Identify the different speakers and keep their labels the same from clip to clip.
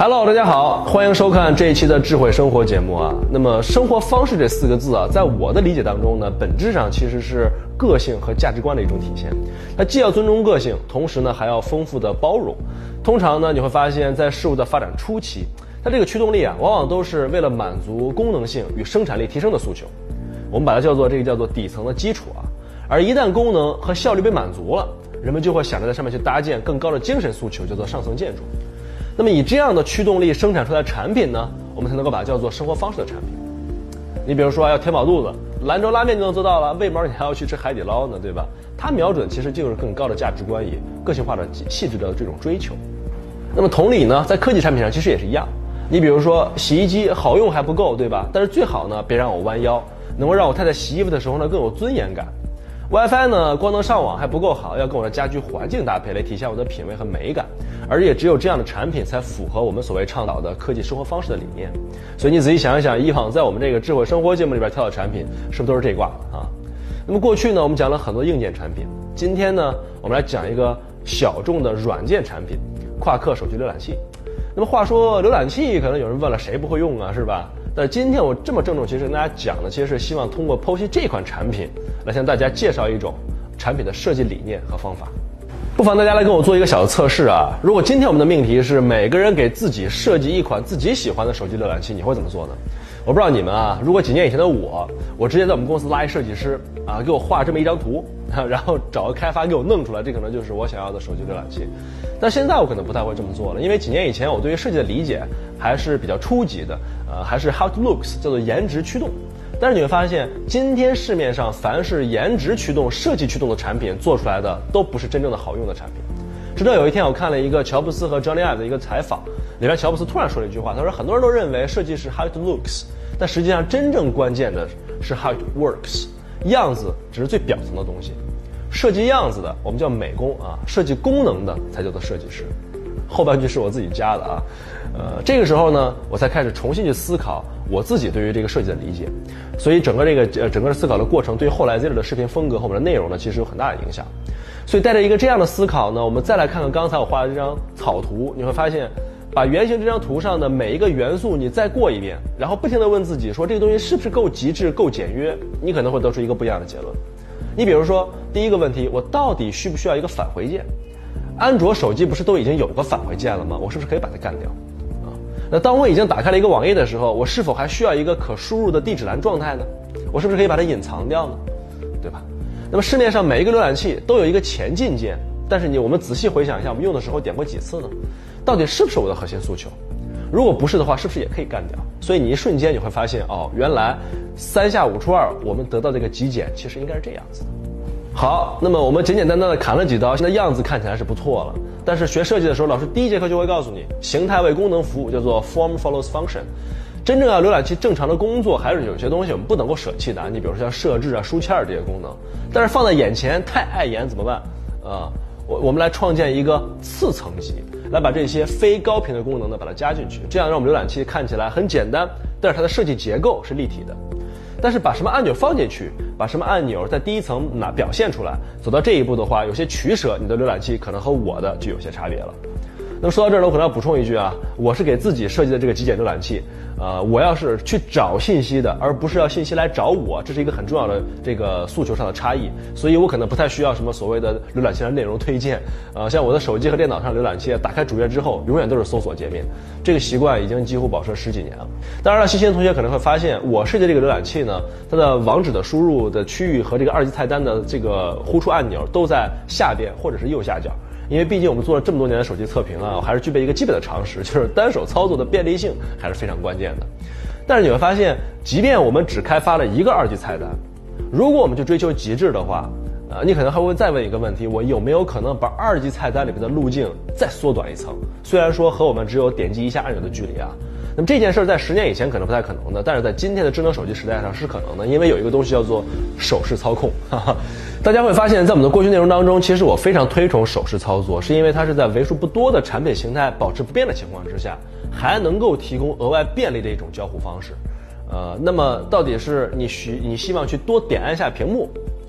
Speaker 1: Hello， 大家好，欢迎收看这一期的智慧生活节目啊。那么生活方式这4个字啊，在我的理解当中呢，本质上其实是个性和价值观的一种体现。它既要尊重个性，同时呢还要丰富的包容。通常呢你会发现在事物的发展初期，它这个驱动力啊，往往都是为了满足功能性与生产力提升的诉求。我们把它叫做底层的基础啊。而一旦功能和效率被满足了，人们就会想着在上面去搭建更高的精神诉求，叫做上层建筑。那么以这样的驱动力生产出来的产品呢，我们才能够把它叫做生活方式的产品。你比如说要填饱肚子，兰州拉面就能做到了，为毛你还要去吃海底捞呢，对吧？它瞄准其实就是更高的价值观与个性化的细致的这种追求。那么同理呢，在科技产品上其实也是一样。你比如说洗衣机好用还不够，对吧？但是最好呢别让我弯腰，能够让我太太洗衣服的时候呢更有尊严感。WiFi 呢光能上网还不够好，要跟我的家居环境搭配来体现我的品味和美感，而也只有这样的产品才符合我们所谓倡导的科技生活方式的理念。所以你仔细想一想，以往在我们这个智慧生活节目里边挑的产品是不是都是这一挂啊？那么过去呢我们讲了很多硬件产品，今天呢我们来讲一个小众的软件产品，夸克手机浏览器。那么话说浏览器可能有人问了，谁不会用啊，是吧？但今天我这么郑重其事跟大家讲的，其实是希望通过剖析这款产品来向大家介绍一种产品的设计理念和方法。不妨大家来跟我做一个小的测试啊！如果今天我们的命题是每个人给自己设计一款自己喜欢的手机浏览器，你会怎么做呢？我不知道你们啊，如果几年以前的我直接在我们公司拉一设计师啊，给我画这么一张图，然后找个开发给我弄出来，这可能就是我想要的手机浏览器。但现在我可能不太会这么做了，因为几年以前我对于设计的理解还是比较初级的，还是 how it looks， 叫做颜值驱动。但是你会发现，今天市面上凡是颜值驱动、设计驱动的产品做出来的，都不是真正的好用的产品。直到有一天，我看了一个乔布斯和 Johnny Ive 的一个采访，里面乔布斯突然说了一句话，他说很多人都认为设计是 how it looks， 但实际上真正关键的是 how it works， 样子只是最表层的东西。设计样子的我们叫美工啊，设计功能的才叫做设计师。后半句是我自己加的啊，这个时候呢，我才开始重新去思考我自己对于这个设计的理解，所以整个思考的过程对后来 Zero 的视频风格后面的内容呢，其实有很大的影响。所以带着一个这样的思考呢，我们再来看看刚才我画的这张草图，你会发现，把原型这张图上的每一个元素你再过一遍，然后不停地问自己说这个东西是不是够极致、够简约，你可能会得出一个不一样的结论。你比如说第一个问题，我到底需不需要一个返回键？安卓手机不是都已经有个返回键了吗？我是不是可以把它干掉啊？那当我已经打开了一个网页的时候，我是否还需要一个可输入的地址栏状态呢？我是不是可以把它隐藏掉呢？对吧？那么市面上每一个浏览器都有一个前进键，但是我们仔细回想一下，我们用的时候点过几次呢？到底是不是我的核心诉求？如果不是的话，是不是也可以干掉？所以你一瞬间你会发现，哦，原来3下5除2，我们得到这个极简其实应该是这样子的。好，那么我们简简单单的砍了几刀，现在样子看起来是不错了。但是学设计的时候，老师第一节课就会告诉你，形态为功能服务，叫做 form follows function。真正浏览器正常的工作，还是有些东西我们不能够舍弃的。你比如说像设置啊、书签这些功能，但是放在眼前太碍眼怎么办？我们来创建一个次层级，来把这些非高频的功能呢把它加进去，这样让我们浏览器看起来很简单，但是它的设计结构是立体的。但是把什么按钮放进去，把什么按钮在第一层表现出来，走到这一步的话，有些取舍，你的浏览器可能和我的就有些差别了。那么说到这儿呢，我可能要补充一句啊，我是给自己设计的这个极简浏览器，我要是去找信息的，而不是要信息来找我，这是一个很重要的这个诉求上的差异。所以我可能不太需要什么所谓的浏览器的内容推荐，像我的手机和电脑上浏览器打开主页之后，永远都是搜索界面，这个习惯已经几乎保持了10几年了。当然了，细心的同学可能会发现，我设计这个浏览器呢，它的网址的输入的区域和这个2级菜单的这个呼出按钮都在下边或者是右下角。因为毕竟我们做了这么多年的手机测评啊，我还是具备一个基本的常识，就是单手操作的便利性还是非常关键的。但是你会发现，即便我们只开发了一个2级菜单，如果我们去追求极致的话，你可能还会再问一个问题，我有没有可能把2级菜单里面的路径再缩短一层？虽然说和我们只有点击一下按钮的距离啊，那么这件事在10年以前可能不太可能的，但是在今天的智能手机时代上是可能的，因为有一个东西叫做手势操控。大家会发现，在我们的过去内容当中，其实我非常推崇手势操作，是因为它是在为数不多的产品形态保持不变的情况之下，还能够提供额外便利的一种交互方式。那么到底是你希望去多点按下屏幕，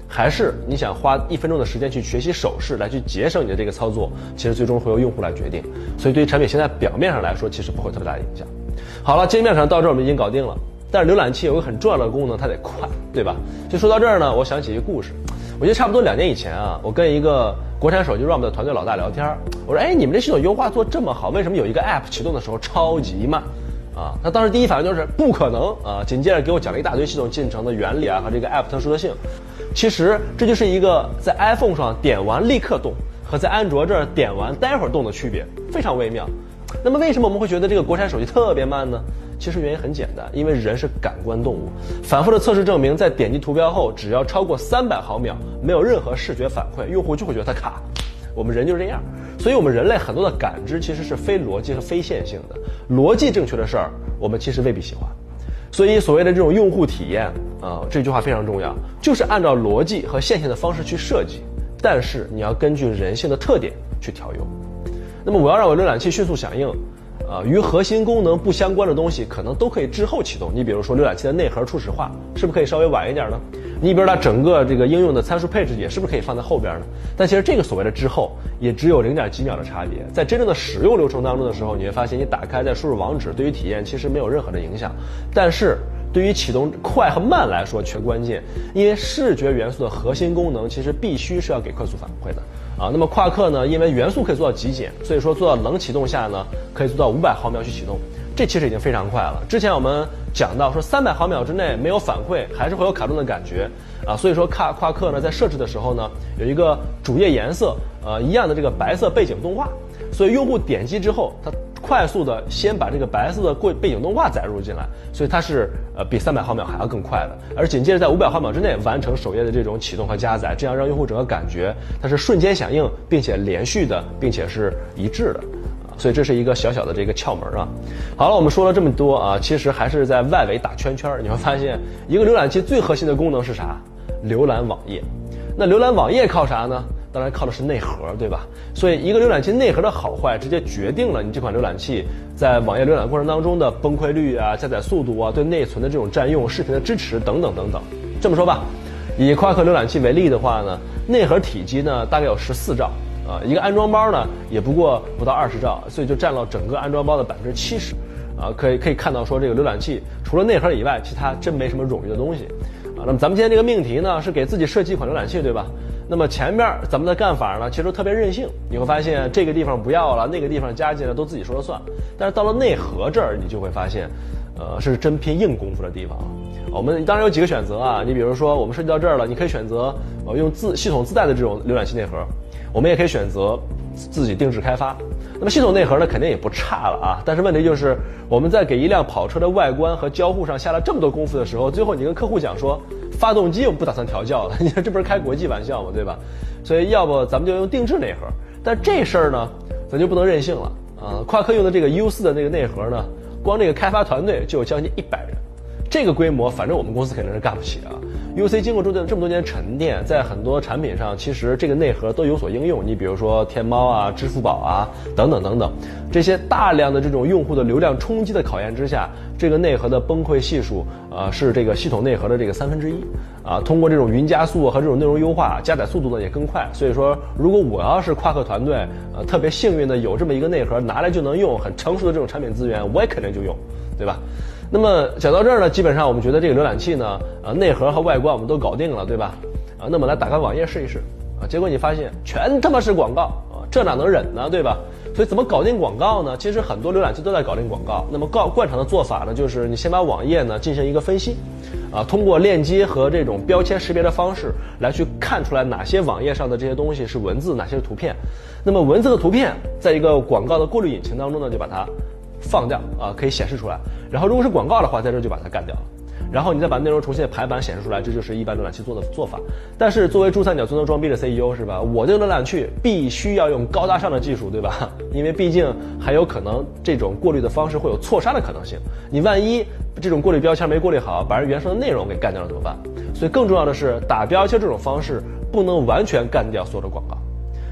Speaker 1: 还是你想花1分钟的时间去学习手势来去节省你的这个操作，其实最终会由用户来决定。所以对于产品现在表面上来说，其实不会特别大的影响。好了，界面上到这儿我们已经搞定了，但是浏览器有个很重要的功能，它得快，对吧？就说到这儿呢，我想起一个故事。我记得差不多2年以前啊，我跟一个国产手机 ROM 的团队老大聊天，我说，你们这系统优化做这么好，为什么有一个 App 启动的时候超级慢？他当时第一反应就是不可能啊，紧接着给我讲了一大堆系统进程的原理啊和这个 App 特殊的性。其实这就是一个在 iPhone 上点完立刻动和在安卓这儿点完待会儿动的区别，非常微妙。那么为什么我们会觉得这个国产手机特别慢呢？其实原因很简单，因为人是感官动物。反复的测试证明，在点击图标后，只要超过300毫秒，没有任何视觉反馈，用户就会觉得它卡。我们人就是这样，所以我们人类很多的感知其实是非逻辑和非线性的。逻辑正确的事儿，我们其实未必喜欢。所以所谓的这种用户体验这句话非常重要，就是按照逻辑和线性的方式去设计，但是你要根据人性的特点去调用。那么我要让我浏览器迅速响应，与核心功能不相关的东西可能都可以滞后启动。你比如说浏览器的内核初始化，是不是可以稍微晚一点呢？你比如它整个这个应用的参数配置也是不是可以放在后边呢？但其实这个所谓的滞后也只有0.几秒的差别，在真正的使用流程当中的时候，你会发现你打开再输入网址，对于体验其实没有任何的影响。但是对于启动快和慢来说却关键，因为视觉元素的核心功能其实必须是要给快速反馈的那么夸克呢，因为元素可以做到极简，所以说做到冷启动下呢，可以做到500毫秒去启动，这其实已经非常快了。之前我们讲到说300毫秒之内没有反馈，还是会有卡顿的感觉所以说夸克呢在设置的时候呢，有一个主页颜色一样的这个白色背景动画，所以用户点击之后，它快速的先把这个白色的背景动画载入进来，所以它是比300毫秒还要更快的，而紧接着在500毫秒之内完成首页的这种启动和加载，这样让用户整个感觉它是瞬间响应，并且连续的，并且是一致的所以这是一个小小的这个窍门好了，我们说了这么多其实还是在外围打圈圈。你会发现一个浏览器最核心的功能是啥？浏览网页。那浏览网页靠啥呢？当然靠的是内核，对吧？所以一个浏览器内核的好坏直接决定了你这款浏览器在网页浏览过程当中的崩溃率加载速度对内存的这种占用、视频的支持等等等等。这么说吧，以夸克浏览器为例的话呢，内核体积呢大概有14兆一个安装包呢也不到20兆，所以就占了整个安装包的70%可以看到说这个浏览器除了内核以外，其他真没什么冗余的东西那么咱们今天这个命题呢是给自己设计一款浏览器，对吧？那么前面咱们的干法呢其实都特别任性，你会发现这个地方不要了，那个地方加进来都自己说了算。但是到了内核这儿，你就会发现是真拼硬功夫的地方我们当然有几个选择你比如说我们设计到这儿了，你可以选择用系统自带的这种浏览器内核，我们也可以选择自己定制开发。那么系统内核呢肯定也不差了但是问题就是我们在给一辆跑车的外观和交互上下了这么多功夫的时候，最后你跟客户讲说发动机我们不打算调教了，你说这不是开国际玩笑吗？对吧？所以要不咱们就用定制内核。但这事儿呢咱就不能任性了夸克用的这个 U4 的那个内核呢，光这个开发团队就有将近100人，这个规模反正我们公司肯定是干不起UC 经过这么多年沉淀，在很多产品上其实这个内核都有所应用。你比如说天猫支付宝等等等等，这些大量的这种用户的流量冲击的考验之下，这个内核的崩溃系数是这个系统内核的这个1/3通过这种云加速和这种内容优化，加载速度呢也更快。所以说如果我要是夸克团队特别幸运的有这么一个内核拿来就能用，很成熟的这种产品资源，我也肯定就用，对吧？那么讲到这儿呢，基本上我们觉得这个浏览器呢内核和外观我们都搞定了，对吧？那么来打开网页试一试结果你发现全他妈是广告这哪能忍呢，对吧？所以怎么搞定广告呢？其实很多浏览器都在搞定广告。那么惯常的做法呢，就是你先把网页呢进行一个分析通过链接和这种标签识别的方式来去看出来哪些网页上的这些东西是文字，哪些是图片。那么文字和图片在一个广告的过滤引擎当中呢就把它放掉可以显示出来，然后如果是广告的话，在这就把它干掉了，然后你再把内容重新排版显示出来，这就是一般浏览器做的做法。但是作为珠三角最能装逼的 CEO 是吧，我这个浏览器必须要用高大上的技术，对吧？因为毕竟还有可能这种过滤的方式会有错杀的可能性，你万一这种过滤标签没过滤好，把人原生的内容给干掉了怎么办？所以更重要的是打标签这种方式不能完全干掉所有的广告。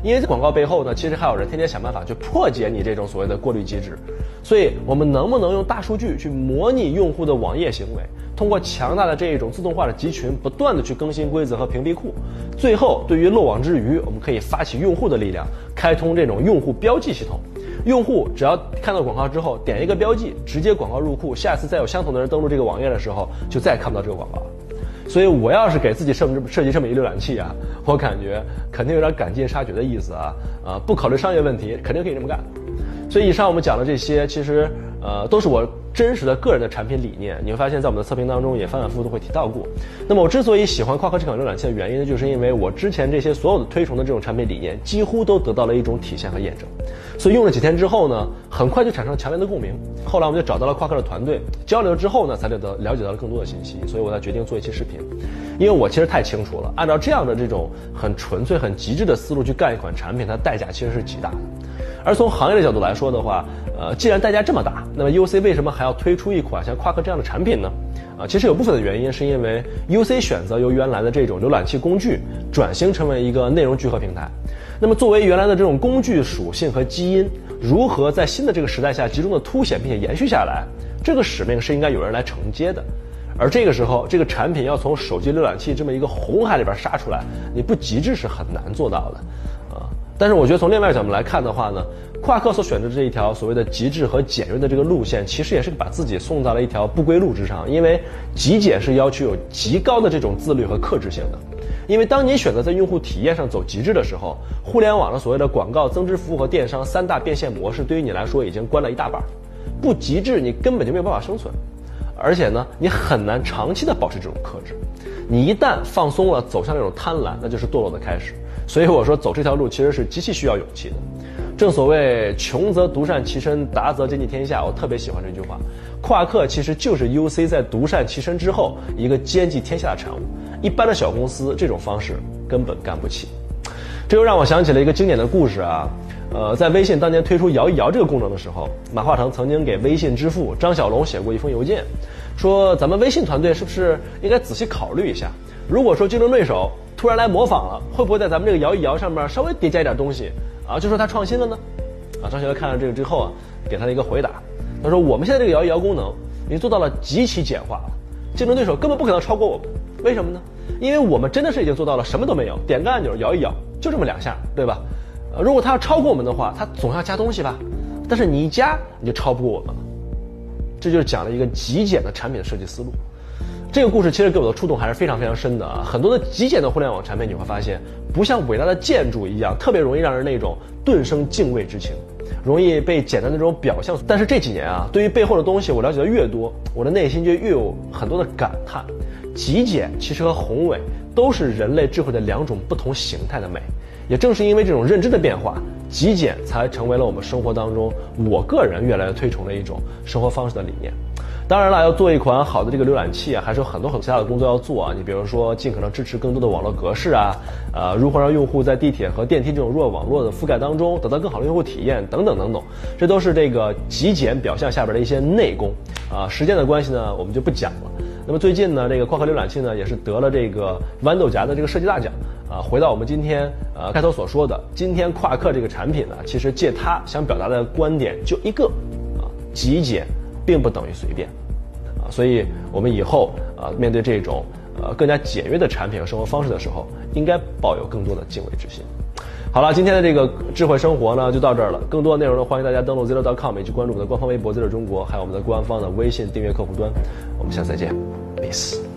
Speaker 1: 因为广告背后呢，其实还有人天天想办法去破解你这种所谓的过滤机制。所以我们能不能用大数据去模拟用户的网页行为，通过强大的这一种自动化的集群，不断的去更新规则和屏蔽库，最后对于漏网之鱼，我们可以发起用户的力量，开通这种用户标记系统。用户只要看到广告之后，点一个标记，直接广告入库，下次再有相同的人登录这个网页的时候，就再也看不到这个广告了。所以我要是给自己设计这么一浏览器啊，我感觉肯定有点赶尽杀绝的意思啊，不考虑商业问题，肯定可以这么干。所以以上我们讲的这些，其实都是我真实的个人的产品理念，你会发现在我们的测评当中也反反复复都会提到过。那么我之所以喜欢夸克这款浏览器的原因呢，就是因为我之前这些所有的推崇的这种产品理念几乎都得到了一种体现和验证。所以用了几天之后呢，很快就产生了强烈的共鸣。后来我们就找到了夸克的团队交流之后呢，才了解到了更多的信息，所以我才决定做一期视频。因为我其实太清楚了，按照这样的这种很纯粹很极致的思路去干一款产品，它代价其实是极大的。而从行业的角度来说的话，既然代价这么大，那么 UC 为什么还要推出一款像夸克这样的产品呢？其实有部分的原因是因为 UC 选择由原来的这种浏览器工具转型成为一个内容聚合平台。那么作为原来的这种工具属性和基因，如何在新的这个时代下集中的凸显并且延续下来，这个使命是应该有人来承接的。而这个时候，这个产品要从手机浏览器这么一个红海里边杀出来，你不极致是很难做到的。但是我觉得从另外一个角度来看的话呢，夸克所选择的这一条所谓的极致和简约的这个路线，其实也是把自己送到了一条不归路之上。因为极简是要求有极高的这种自律和克制性的。因为当你选择在用户体验上走极致的时候，互联网的所谓的广告、增值服务和电商三大变现模式对于你来说已经关了一大半。不极致，你根本就没有办法生存。而且呢，你很难长期的保持这种克制。你一旦放松了，走向那种贪婪，那就是堕落的开始。所以我说走这条路其实是极其需要勇气的。正所谓穷则独善其身，达则兼济天下，我特别喜欢这句话。夸克其实就是 UC 在独善其身之后一个兼济天下的产物。一般的小公司这种方式根本干不起。这又让我想起了一个经典的故事啊。在微信当年推出摇一摇这个功能的时候，马化腾曾经给微信之父张小龙写过一封邮件，说咱们微信团队是不是应该仔细考虑一下，如果说竞争对手突然来模仿了，会不会在咱们这个摇一摇上面稍微叠加一点东西啊，就说他创新了呢？张小龙看了这个之后啊，给他了一个回答，他说我们现在这个摇一摇功能已经做到了极其简化了，竞争对手根本不可能超过我们。为什么呢？因为我们真的是已经做到了什么都没有，点个按钮摇一摇，就这么2下，对吧？如果他要超过我们的话，他总要加东西吧，但是你一加你就超不过我们了。这就是讲了一个极简的产品的设计思路。这个故事其实给我的触动还是非常非常深的啊！很多的极简的互联网产品，你会发现不像伟大的建筑一样，特别容易让人那种顿生敬畏之情，容易被简单的这种表象。但是这几年啊，对于背后的东西我了解的越多，我的内心就越有很多的感叹。极简其实和宏伟都是人类智慧的2种不同形态的美。也正是因为这种认知的变化，极简才成为了我们生活当中我个人越来越推崇的一种生活方式的理念。当然了，要做一款好的这个浏览器啊，还是有很多其他的工作要做啊。你比如说，尽可能支持更多的网络格式啊，如何让用户在地铁和电梯这种弱网络的覆盖当中得到更好的用户体验，等等等等，这都是这个极简表象下边的一些内功啊。时间的关系呢，我们就不讲了。那么最近呢，这个夸克浏览器呢也是得了这个豌豆荚的这个设计大奖啊。回到我们今天开头所说的，今天夸克这个产品呢，其实借它想表达的观点就一个啊，极简并不等于随便啊。所以我们以后面对这种更加简约的产品和生活方式的时候，应该抱有更多的敬畏之心。好了，今天的这个智慧生活呢就到这儿了。更多的内容呢，欢迎大家登录 Zillow.com， 以及关注我们的官方微博 Zillow 中国，还有我们的官方的微信订阅客户端。我们下次再见 ，Peace。